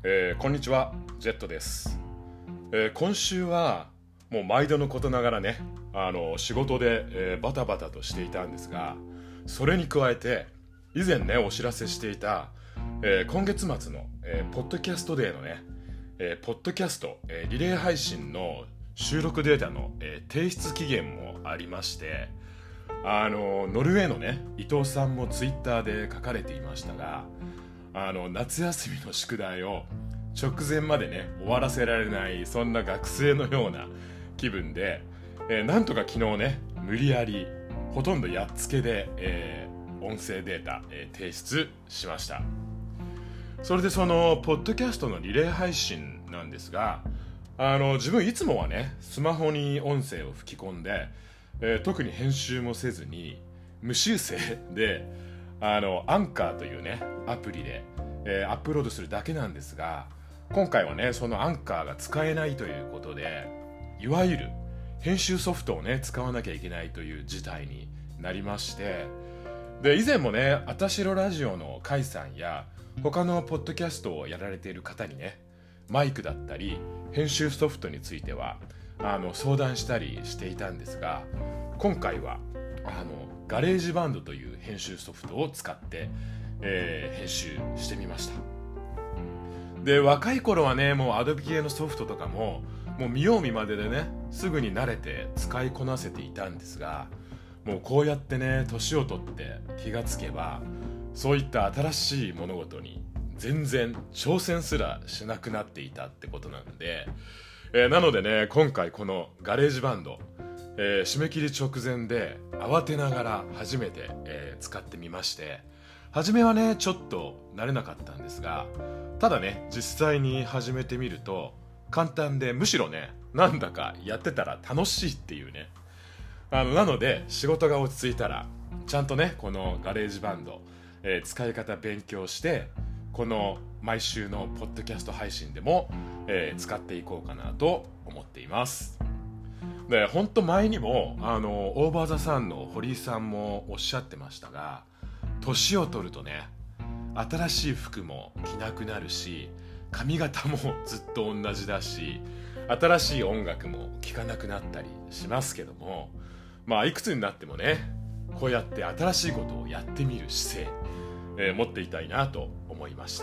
こんにちは、ジェットです。今週はもう毎度のことながらね、仕事で、バタバタとしていたんですが、それに加えて以前ねお知らせしていた、今月末の、ポッドキャストデーのね、ポッドキャスト、リレー配信の収録データの、提出期限もありまして、ノルウェーのね伊藤さんもツイッターで書かれていましたが、夏休みの宿題を直前までね終わらせられない、そんな学生のような気分で、なんとか昨日ね無理やりほとんどやっつけで、音声データ、提出しました。それでそのポッドキャストのリレー配信なんですが、自分いつもはねスマホに音声を吹き込んで、特に編集もせずに無修正でアンカーというねアプリで、アップロードするだけなんですが、今回はねそのアンカーが使えないということで、いわゆる編集ソフトをね使わなきゃいけないという事態になりまして、で以前もねあたしろラジオの甲斐さんや他のポッドキャストをやられている方にねマイクだったり編集ソフトについては相談したりしていたんですが、今回はガレージバンドという編集ソフトを使って、編集してみました。で若い頃はねもうアドビ系のソフトとかもう見よう見まねでねすぐに慣れて使いこなせていたんですが、もうこうやってね年を取って気がつけばそういった新しい物事に全然挑戦すらしなくなっていたってことなんで、なのでね今回このガレージバンド、締め切り直前で慌てながら初めて、使ってみまして、初めはねちょっと慣れなかったんですが、ただね実際に始めてみると簡単で、むしろねなんだかやってたら楽しいっていうね、なので仕事が落ち着いたらちゃんとねこのガレージバンド、使い方勉強してこの毎週のポッドキャスト配信でも、使っていこうかなと思っています。で本当前にもオーバーザさんの堀井さんもおっしゃってましたが、年を取るとね新しい服も着なくなるし、髪型もずっと同じだし、新しい音楽も聴かなくなったりしますけども、いくつになってもねこうやって新しいことをやってみる姿勢、持っていたいなと思いました。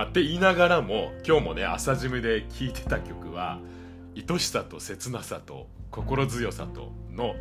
って言いながらも今日もね朝ジムで聴いてた曲は愛しさと切なさと心強さとの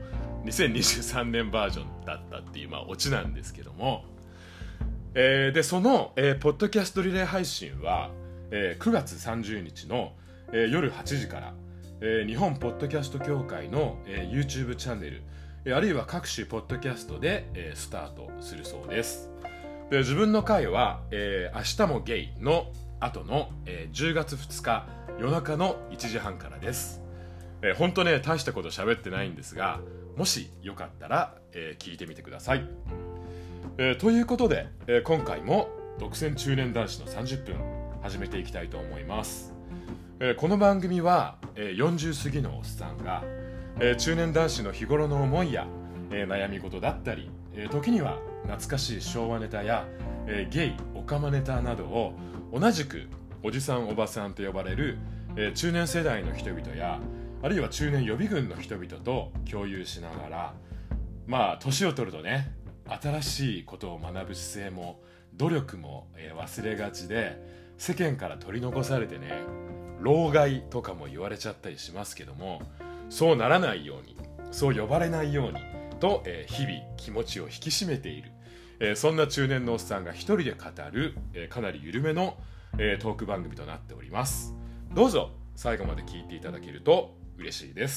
2023年バージョンだったっていうオチなんですけども、でその、ポッドキャストリレー配信は、9月30日の、夜8時から、日本ポッドキャスト協会の、YouTube チャンネル、あるいは各種ポッドキャストで、スタートするそうです。で自分の回は、明日もゲイの後の、10月2日夜中の1時半からです。本当ね大したこと喋ってないんですが、もしよかったら、聞いてみてください。ということで、今回も独占中年男子の30分始めていきたいと思います。この番組は、40過ぎのおっさんが、中年男子の日頃の思いや、悩み事だったり、時には懐かしい昭和ネタや、ゲイオカマネタなどを同じくおじさんおばさんと呼ばれる、中年世代の人々や、あるいは中年予備軍の人々と共有しながら、年を取るとね新しいことを学ぶ姿勢も努力も、忘れがちで、世間から取り残されてね老害とかも言われちゃったりしますけども、そうならないように、そう呼ばれないようにと、日々気持ちを引き締めている、そんな中年のおっさんが一人で語る、かなり緩めの、トーク番組となっております。どうぞ最後まで聞いていただけると嬉しいです。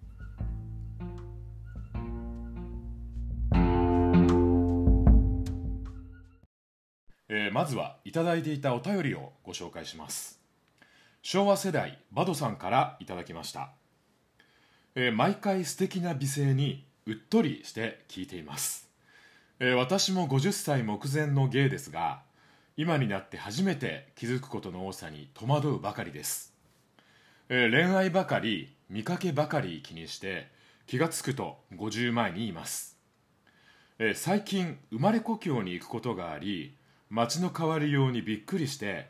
まずはいただいていたお便りをご紹介します。昭和世代バドさんからいただきました。毎回素敵な美声にうっとりして聞いています。私も50歳目前のゲイですが、今になって初めて気づくことの多さに戸惑うばかりです。恋愛ばかり見かけばかり気にして気がつくと50前にいます。最近生まれ故郷に行くことがあり、街の変わりようにびっくりして、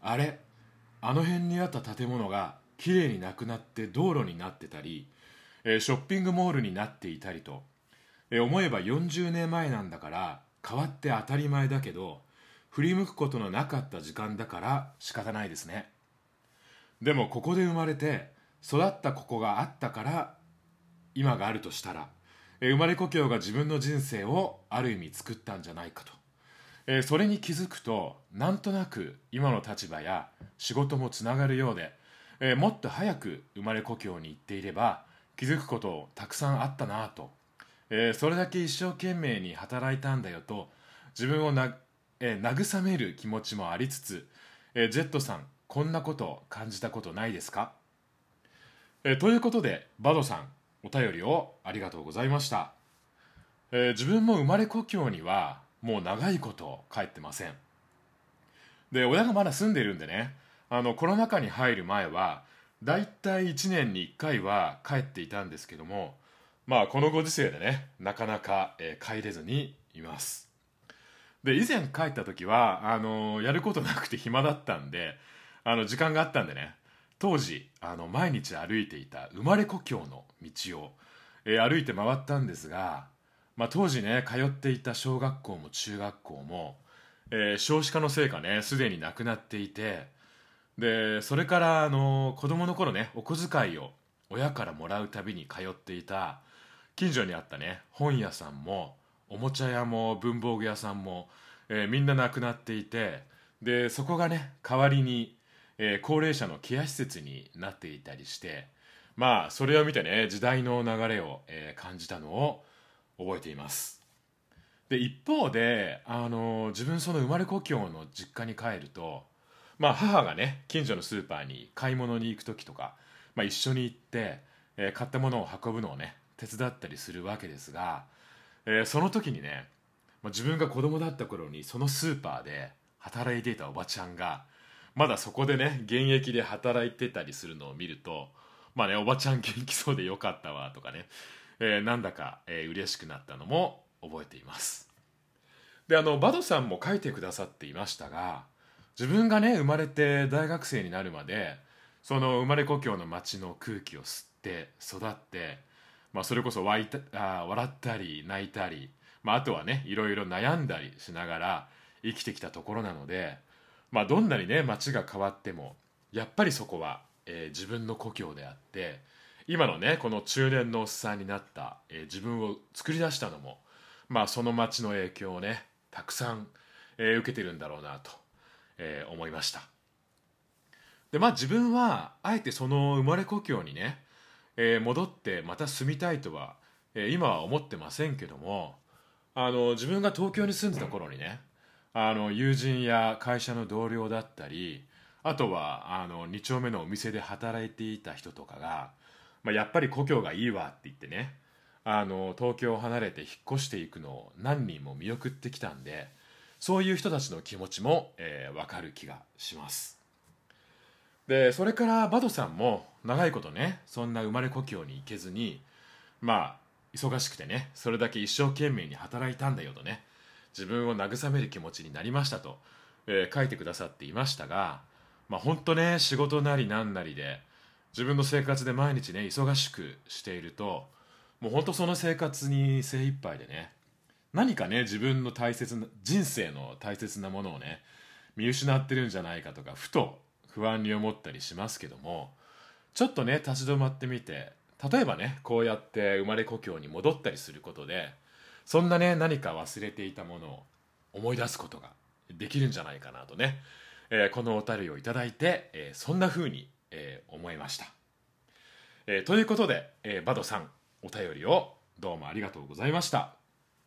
あれ、あの辺にあった建物がきれいになくなって道路になってたり、ショッピングモールになっていたりと、思えば40年前なんだから変わって当たり前だけど、振り向くことのなかった時間だから仕方ないですね。でもここで生まれて育ったここがあったから今があるとしたら、生まれ故郷が自分の人生をある意味作ったんじゃないかと、それに気づくとなんとなく今の立場や仕事もつながるようで、もっと早く生まれ故郷に行っていれば気づくことたくさんあったなと、それだけ一生懸命に働いたんだよと自分を慰める気持ちもありつつ、ジェットさん、こんなこと感じたことないですか？ということでバドさん、お便りをありがとうございました。自分も生まれ故郷にはもう長いこと帰ってません。で、親がまだ住んでいるんでね、コロナ禍に入る前はだいたい1年に1回は帰っていたんですけども、まあこのご時世でね、なかなか、帰れずにいます。で、以前帰った時はやることなくて暇だったんで、時間があったんでね、当時毎日歩いていた生まれ故郷の道を、歩いて回ったんですが、まあ、当時ね通っていた小学校も中学校も、少子化のせいかねすでになくなっていて、でそれから子供の頃ねお小遣いを親からもらうたびに通っていた近所にあったね本屋さんもおもちゃ屋も文房具屋さんも、みんななくなっていて、でそこがね代わりに、高齢者のケア施設になっていたりして、まあそれを見てね時代の流れを、感じたのを覚えています。で一方で自分その生まれ故郷の実家に帰ると、まあ母がね近所のスーパーに買い物に行く時とか、まあ、一緒に行って、買ったものを運ぶのをね手伝ったりするわけですが、その時にね、まあ、自分が子供だった頃にそのスーパーで働いていたおばちゃんがまだそこでね現役で働いてたりするのを見ると、まあねおばちゃん元気そうでよかったわとかね、なんだか、嬉しくなったのも覚えています。でバドさんも書いてくださっていましたが、自分がね生まれて大学生になるまでその生まれ故郷の街の空気を吸って育って、まあ、それこそ笑ったり泣いたり、まあ、あとはねいろいろ悩んだりしながら生きてきたところなので、まあ、どんなにね街が変わってもやっぱりそこは、自分の故郷であって、今のねこの中年のおっさんになった、自分を作り出したのも、まあ、その街の影響をねたくさん、受けてるんだろうなと、思いました。でまあ自分はあえてその生まれ故郷にね、戻ってまた住みたいとは、今は思ってませんけども、自分が東京に住んでた頃にね友人や会社の同僚だったり、あとは2丁目のお店で働いていた人とかが、まあ、やっぱり故郷がいいわって言ってね東京を離れて引っ越していくのを何人も見送ってきたんで、そういう人たちの気持ちも、分かる気がします。でそれからバドさんも長いことねそんな生まれ故郷に行けずに、まあ忙しくてねそれだけ一生懸命に働いたんだよとね自分を慰める気持ちになりましたと、書いてくださっていましたが、まあ本当ね仕事なりなんなりで自分の生活で毎日ね忙しくしていると、もう本当その生活に精一杯でね、何かね自分の大切な人生の大切なものをね見失ってるんじゃないかとかふと不安に思ったりしますけども、ちょっとね立ち止まってみて、例えばねこうやって生まれ故郷に戻ったりすることでそんなね何か忘れていたものを思い出すことができるんじゃないかなとね、このお便りをいただいて、そんな風に、思いました。ということで、バドさんお便りをどうもありがとうございました。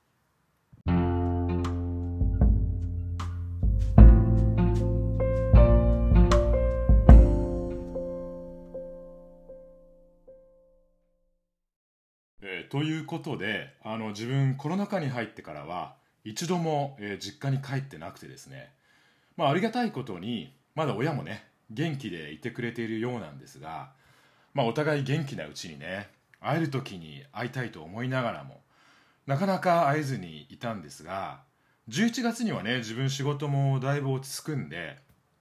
ということで自分コロナ禍に入ってからは一度も、実家に帰ってなくてですね、まあ、ありがたいことにまだ親もね元気でいてくれているようなんですが、まあ、お互い元気なうちにね会える時に会いたいと思いながらもなかなか会えずにいたんですが、11月にはね自分仕事もだいぶ落ち着くんで、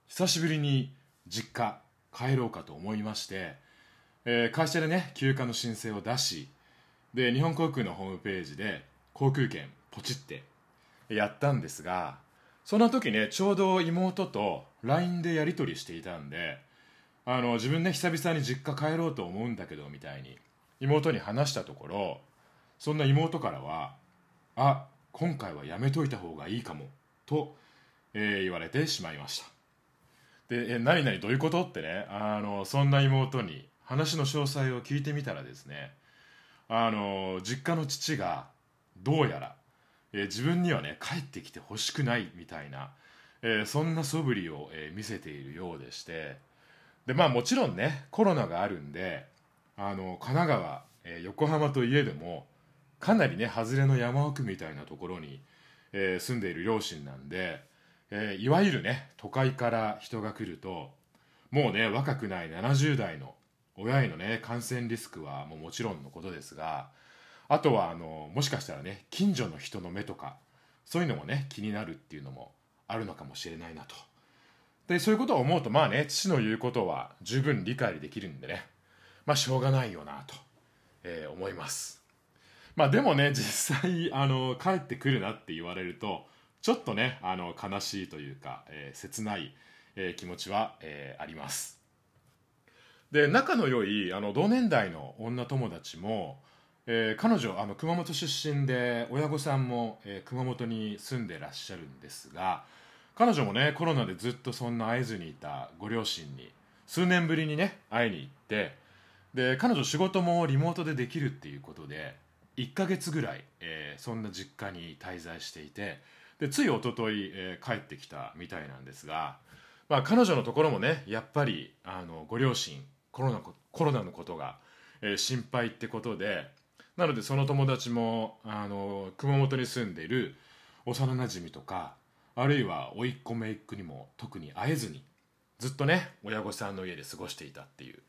久しぶりに実家帰ろうかと思いまして、会社でね休暇の申請を出し、で日本航空のホームページで航空券ポチってやったんですが、その時ねちょうど妹と LINE でやり取りしていたんで、自分ね久々に実家帰ろうと思うんだけどみたいに妹に話したところ、そんな妹からは今回はやめといた方がいいかもと、言われてしまいました。で何々どういうことってね、そんな妹に話の詳細を聞いてみたらですね、実家の父がどうやら、自分にはね帰ってきてほしくないみたいな、そんな素振りを、見せているようでして、でもちろんねコロナがあるんで、神奈川、横浜といえどもかなりね外れの山奥みたいなところに、住んでいる両親なんで、いわゆるね都会から人が来ると、もうね若くない70代の親へのね感染リスクはもちろんのことですが、あとはもしかしたらね近所の人の目とかそういうのもね気になるっていうのもあるのかもしれないなと。でそういうことを思うと父の言うことは十分理解できるんでね、しょうがないよなと、思います。でもね実際帰ってくるなって言われるとちょっとね悲しいというか、切ない、気持ちは、あります。で仲の良い同年代の女友達も、彼女熊本出身で親御さんも、熊本に住んでらっしゃるんですが、彼女もねコロナでずっとそんな会えずにいたご両親に数年ぶりにね会いに行って、で彼女仕事もリモートでできるっていうことで1ヶ月ぐらい、そんな実家に滞在していて、でつい一昨日、帰ってきたみたいなんですが、彼女のところもねやっぱりご両親コロナのことが、心配ってことで、なのでその友達も熊本に住んでいる幼なじみとか、あるいは甥っ子姪っ子にも特に会えずにずっとね親御さんの家で過ごしていたっていう、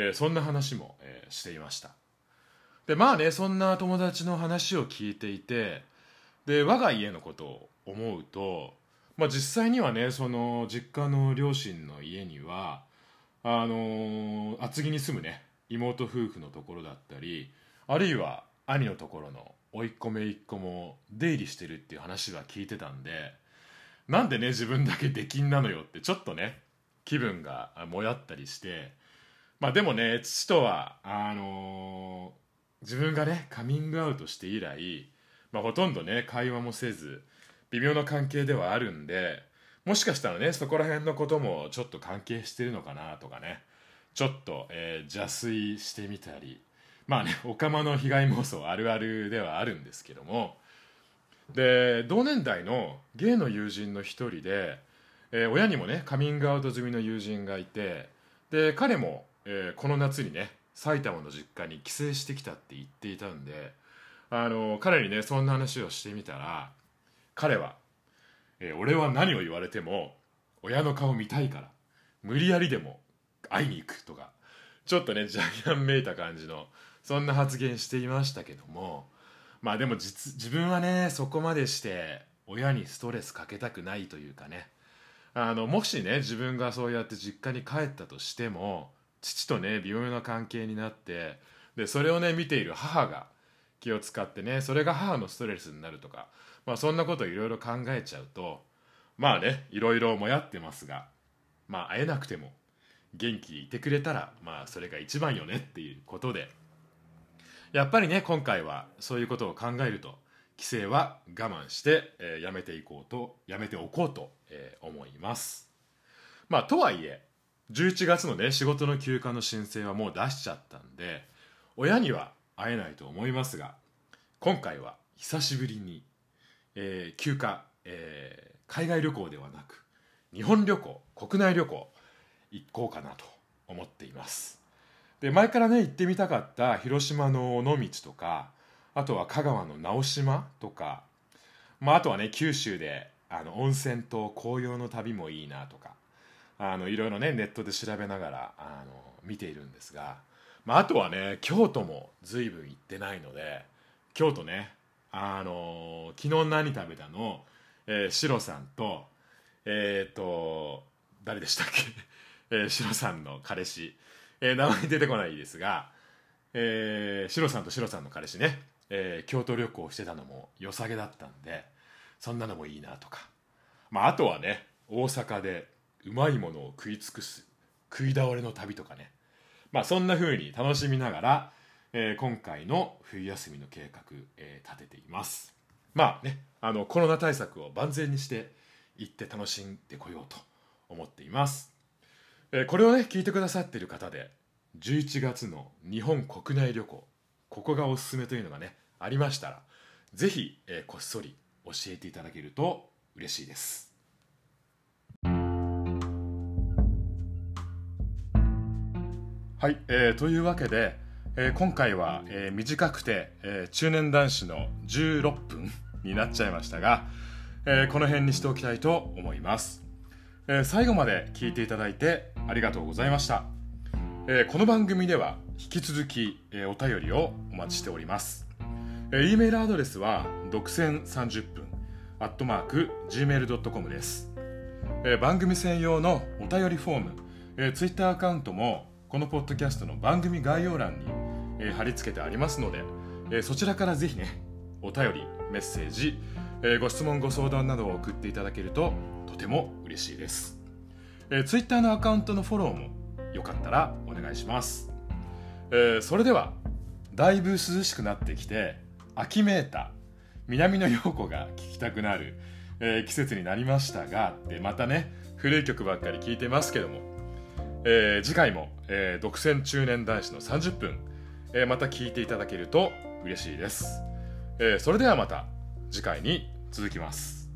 そんな話も、していました。でそんな友達の話を聞いていて、で我が家のことを思うと、実際にはねその実家の両親の家には厚木に住むね妹夫婦のところだったり、あるいは兄のところの甥っ子姪っ子も出入りしてるっていう話は聞いてたんで、なんでね自分だけ出禁なのよってちょっとね気分がもやったりして、でもね父とは自分がねカミングアウトして以来、ほとんどね会話もせず微妙な関係ではあるんで、もしかしたらねそこら辺のこともちょっと関係してるのかなとかね、ちょっと、邪推してみたり、オカマの被害妄想あるあるではあるんですけども、で同年代のゲイの友人の一人で、親にもねカミングアウト済みの友人がいて、で彼も、この夏にね埼玉の実家に帰省してきたって言っていたんで、彼にねそんな話をしてみたら、彼は俺は何を言われても親の顔見たいから無理やりでも会いに行くとか、ちょっとねジャイアンめいた感じのそんな発言していましたけども、でも自分はねそこまでして親にストレスかけたくないというかね、もしね自分がそうやって実家に帰ったとしても父とね微妙な関係になって、でそれをね見ている母が気を使ってねそれが母のストレスになるとか、そんなことをいろいろ考えちゃうと、いろいろもやってますが、会えなくても元気でいてくれたらそれが一番よねっていうことで、やっぱりね今回はそういうことを考えると帰省は我慢して、やめておこうと、思います。とはいえ11月のね仕事の休暇の申請はもう出しちゃったんで親には会えないと思いますが、今回は久しぶりに、休暇、海外旅行ではなく日本旅行、国内旅行行こうかなと思っています。で前からね行ってみたかった広島の尾道とか、あとは香川の直島とか、あとはね九州で温泉と紅葉の旅もいいなとか、いろいろねネットで調べながら見ているんですが、あとはね京都も随分行ってないので、京都ね昨日何食べたの、シロさんと誰でしたっけ、シロさんの彼氏、名前出てこないですが、シロさんとシロさんの彼氏ね、京都旅行してたのも良さげだったんで、そんなのもいいなとか、あとはね、大阪でうまいものを食い尽くす食い倒れの旅とかね、そんな風に楽しみながら、今回の冬休みの計画、立てています。コロナ対策を万全にして行って楽しんでこようと思っています。これをね聞いてくださっている方で11月の日本国内旅行、ここがおすすめというのがねありましたら、ぜひ、こっそり教えていただけると嬉しいです。はい、というわけで、今回は、短くて、中年男子の16分になっちゃいましたが、この辺にしておきたいと思います。最後まで聞いていただいてありがとうございました。この番組では引き続き、お便りをお待ちしております。E メールアドレスは独占30分@gmail.com です。番組専用のお便りフォーム、Twitter アカウントもこのポッドキャストの番組概要欄に、貼り付けてありますので、そちらからぜひねお便り、メッセージ、ご質問ご相談などを送っていただけるととても嬉しいです。Twitter のアカウントのフォローもよかったらお願いします。それではだいぶ涼しくなってきて、秋めいた南野陽子が聴きたくなる、季節になりましたが、またね古い曲ばっかり聴いてますけども、次回も、独占中年男子の30分、また聴いていただけると嬉しいです。それではまた次回に続きます。